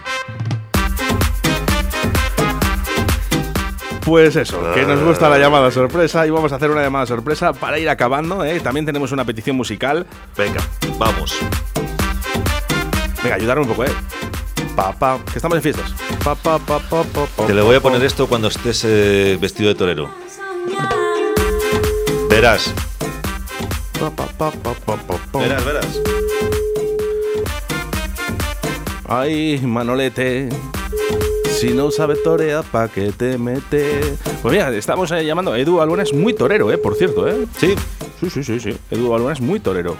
Pues eso, que nos gusta la llamada sorpresa y vamos a hacer una llamada sorpresa para ir acabando, ¿eh? También tenemos una petición musical. Venga, vamos. Venga, ayudarme un poco, ¿eh? Pa, pa, que estamos en fiestas. Pa, pa, pa, pa, pa, pa, Te le voy a poner esto cuando estés eh, vestido de torero. Verás. Pa, pa, pa, pa, pa, pa, pa. Verás, verás. Ay, Manolete, si no sabe torear, ¿pa' qué te mete? Pues mira, estamos eh, llamando a Edu Albuena, es muy torero, ¿eh? Por cierto, ¿eh? Sí. Sí, sí, sí, sí. Edu Albuena es muy torero.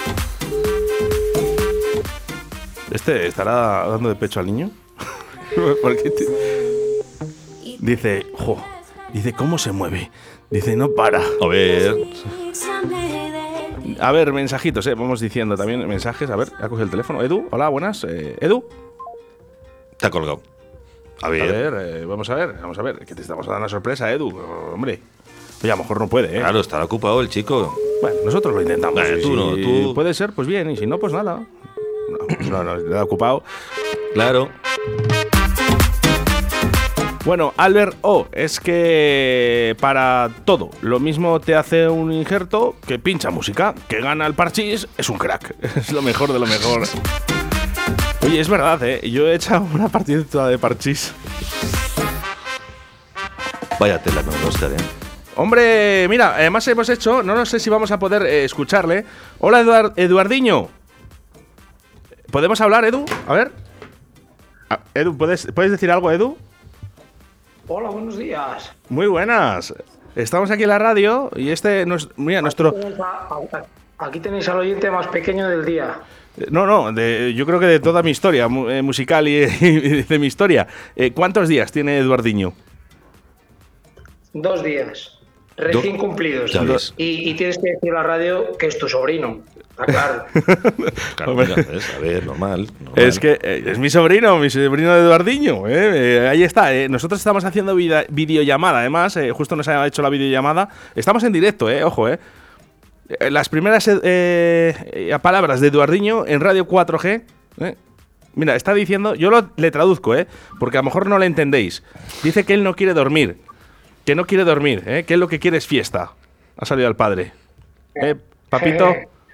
¿Este estará dando de pecho al niño? Porque te... Dice, jo, dice, ¿cómo se mueve? Dice, no para. A ver. A ver, mensajitos, ¿eh? Vamos diciendo también mensajes. A ver, ha cogido el teléfono. Edu, hola, buenas. Eh, Edu. Te ha colgado. A ver, a ver eh, vamos a ver, vamos a ver, que te estamos dando una sorpresa, Edu, hombre. Oye, a lo mejor no puede, ¿eh? Claro, estará ocupado el chico. Bueno, nosotros lo intentamos. Vale, tú si no, tú... puede ser, pues bien, y si no, pues nada. No, no, no, le ha ocupado. Claro. Bueno, Albert O, es que para todo, lo mismo te hace un injerto que pincha música, que gana el parchís, es un crack, es lo mejor de lo mejor. Oye, es verdad, ¿eh? Yo he echado una partidita de parchís. Vaya tela con Oscar, ¿eh? Hombre, mira, además hemos hecho, no, no sé si vamos a poder eh, escucharle. Hola, Eduard, Eduardiño. ¿Podemos hablar, Edu? A ver. Ah, Edu, ¿puedes, ¿puedes decir algo, Edu? Hola, buenos días. Muy buenas. Estamos aquí en la radio y este, nos, mira, nuestro... Aquí tenéis al oyente más pequeño del día. No, no, de, yo creo que de toda mi historia mu- eh, musical y, y de mi historia. Eh, ¿Cuántos días tiene Eduardiño? Dos días. Recién Do- cumplidos. Ya ves. Y, y tienes que decir a la radio que es tu sobrino. Está claro. Claro, mira, es, a ver, normal, normal. Es que eh, es mi sobrino, mi sobrino de Eduardiño. Eh, eh, ahí está. Eh. Nosotros estamos haciendo vida, videollamada, además. Eh, justo nos ha hecho la videollamada. Estamos en directo, eh, ojo, eh. Eh, Las primeras eh, eh, palabras de Eduardiño en Radio cuatro G. Eh. Mira, está diciendo, yo lo, le traduzco, eh, porque a lo mejor no le entendéis. Dice que él no quiere dormir. Que no quiere dormir, eh, que él lo que quiere es fiesta. Ha salido el padre. Eh, papito.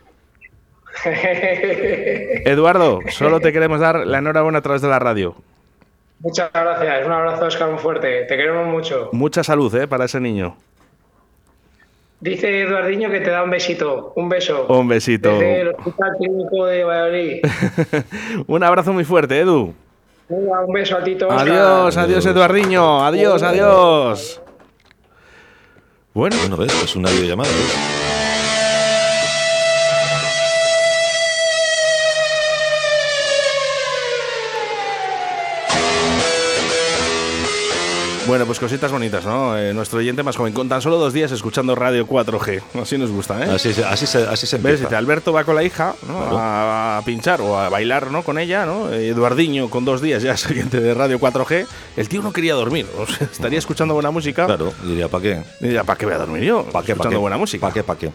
Eduardo, solo te queremos dar la enhorabuena a través de la radio. Muchas gracias. Un abrazo, Oscar, muy fuerte. Te queremos mucho. Mucha salud, eh, para ese niño. Dice Eduardiño que te da un besito. Un beso. Un besito. Desde el Hospital Clínico de Valladolid. Un abrazo muy fuerte, Edu. Venga, un beso a Tito, Oscar. Adiós, adiós, Eduardiño. Adiós, adiós. Bueno, bueno, ves, es una videollamada, ¿ves? Bueno, pues cositas bonitas, ¿no? Eh, nuestro oyente más joven, con tan solo dos días escuchando Radio cuatro G. Así nos gusta, ¿eh? Así, así, se, así se ¿Ves? empieza. Dice, Alberto va con la hija, ¿no? Claro. a, a pinchar o a bailar, ¿no? Con ella, ¿no? Eduardiño, con dos días ya siguiente de Radio cuatro G. El tío no quería dormir, o sea, estaría escuchando buena música. Claro, diría, ¿para qué? Diría, ¿para qué voy a dormir yo? ¿Para qué? Escuchando ¿Para qué? buena música. ¿Para qué? ¿Para qué?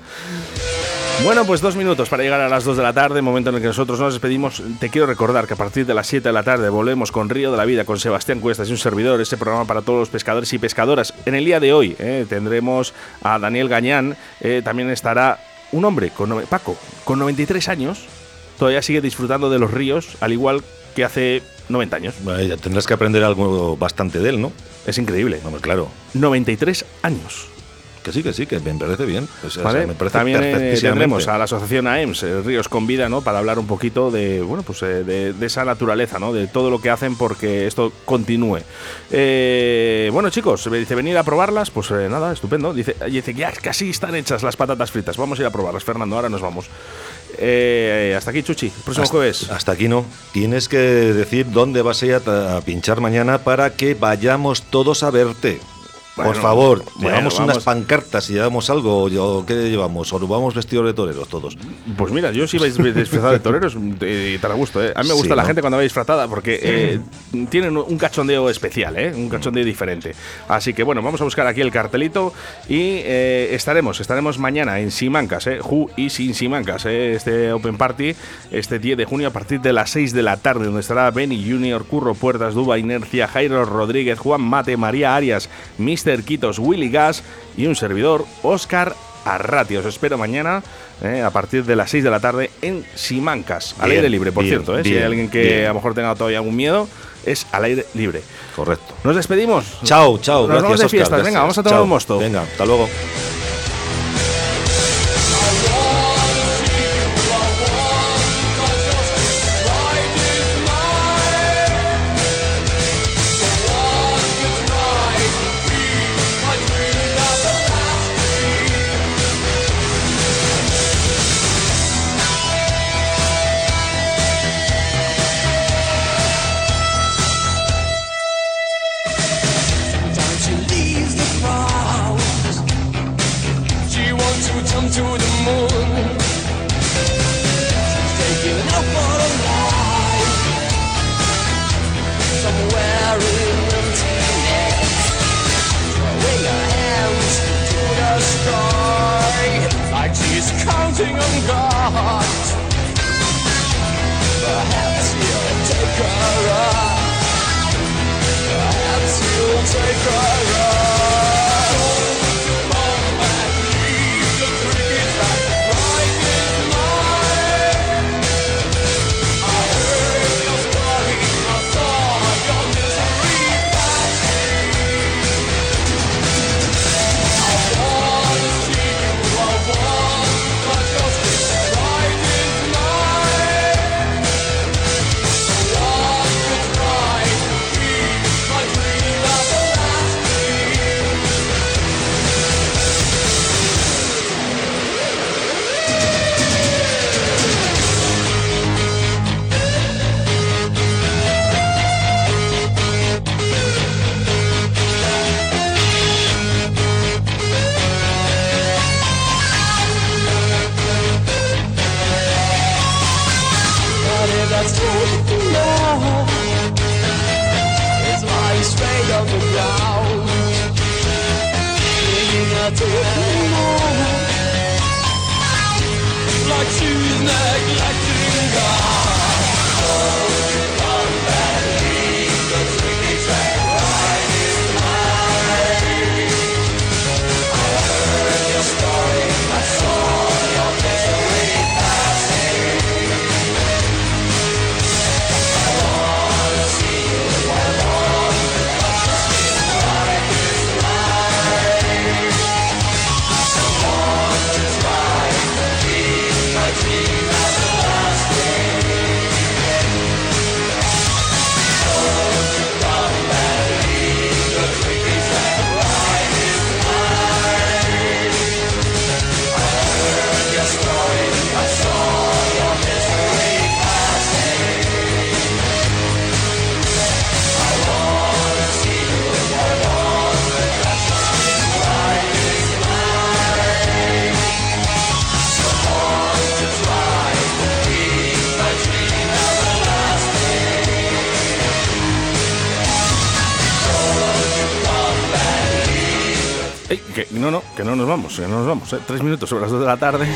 Bueno, pues dos minutos para llegar a las dos de la tarde, momento en el que nosotros nos despedimos. Te quiero recordar que a partir de las siete de la tarde volvemos con Río de la Vida, con Sebastián Cuestas y un servidor, ese programa para todos los pescadores y pescadoras. En el día de hoy eh, tendremos a Daniel Gañán, eh, también estará un hombre, con no- Paco, con noventa y tres años, todavía sigue disfrutando de los ríos, al igual que hace noventa años. Bueno, ya tendrás que aprender algo bastante de él, ¿no? Es increíble. Hombre, claro. noventa y tres años. Que sí, que sí, que me parece bien. O sea, Vale. o sea, me parece También eh, perfectísimamente. tendremos a la asociación A E M S, eh, Ríos con Vida, ¿no? Para hablar un poquito de, bueno, pues eh, de, de esa naturaleza, ¿no? De todo lo que hacen porque esto continúe. Eh, bueno, chicos, dice venir a probarlas, pues eh, nada, estupendo. Dice, dice que ya casi están hechas las patatas fritas. Vamos a ir a probarlas, Fernando. Ahora nos vamos. Eh, hasta aquí, Chuchi. Próximo hasta, jueves. Hasta aquí no. Tienes que decir dónde vas a ir a, a pinchar mañana para que vayamos todos a verte. Bueno, Por favor, bueno, llevamos vamos. unas pancartas y llevamos algo. ¿O qué llevamos? ¿O vamos vestidos de toreros todos? Pues mira, yo si vais disfrazado de toreros, te, te da gusto, ¿eh? A mí me gusta Sí, la ¿no? gente cuando va disfrazada porque eh, tienen un cachondeo especial, ¿eh? Un cachondeo diferente. Así que bueno, vamos a buscar aquí el cartelito y eh, estaremos, estaremos mañana en Simancas, ¿eh? Who y sin Simancas, ¿eh? Este Open Party, este diez de junio a partir de las seis de la tarde, donde estará Benny Junior, Curro Puertas, Duba Inercia, Jairo Rodríguez, Juan Mate, María Arias, mister Quitos, Willy Gas y un servidor, Óscar Arrati. Os espero mañana eh, a partir de las seis de la tarde en Simancas, al Bien, aire libre, por bien, cierto. Eh, si bien, hay alguien que bien. a lo mejor tenga todavía algún miedo, es al aire libre. Correcto. Nos despedimos. Chao, chao. Nos Gracias, vamos de Óscar, fiestas. gracias. Venga, vamos a tomar Chao. un mosto. Venga, hasta luego. She leaves the crowd. She wants to jump to the moon. She's taking up for a life somewhere in emptiness, throwing her hands to the sky like she's counting on God. Perhaps he'll take her up. Perhaps he'll Ey, que no, no, que no nos vamos, que no nos vamos, ¿eh? Tres minutos sobre las dos de la tarde.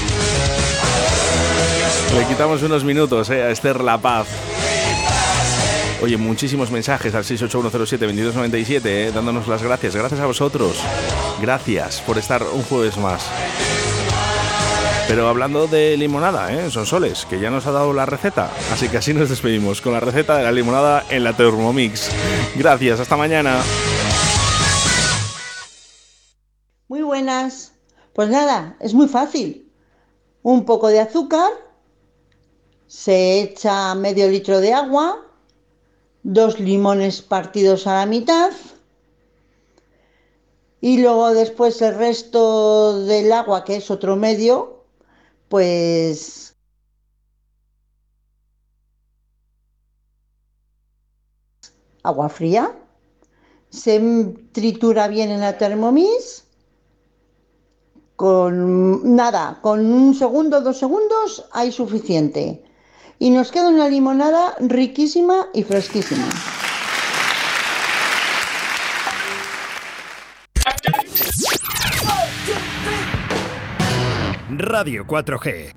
Le quitamos unos minutos eh, a Esther La Paz. Oye, muchísimos mensajes al seis ocho uno cero siete dos dos nueve siete, eh, dándonos las gracias. Gracias a vosotros. Gracias por estar un jueves más. Pero hablando de limonada, ¿eh? Sonsoles, que ya nos ha dado la receta. Así que así nos despedimos con la receta de la limonada en la Thermomix. Gracias, hasta mañana. Muy buenas. Pues nada, es muy fácil. Un poco de azúcar, se echa medio litro de agua, dos limones partidos a la mitad y luego después el resto del agua, que es otro medio, pues agua fría. Se tritura bien en la Thermomix. Con nada, con un segundo, dos segundos hay suficiente. Y nos queda una limonada riquísima y fresquísima. Radio cuatro G.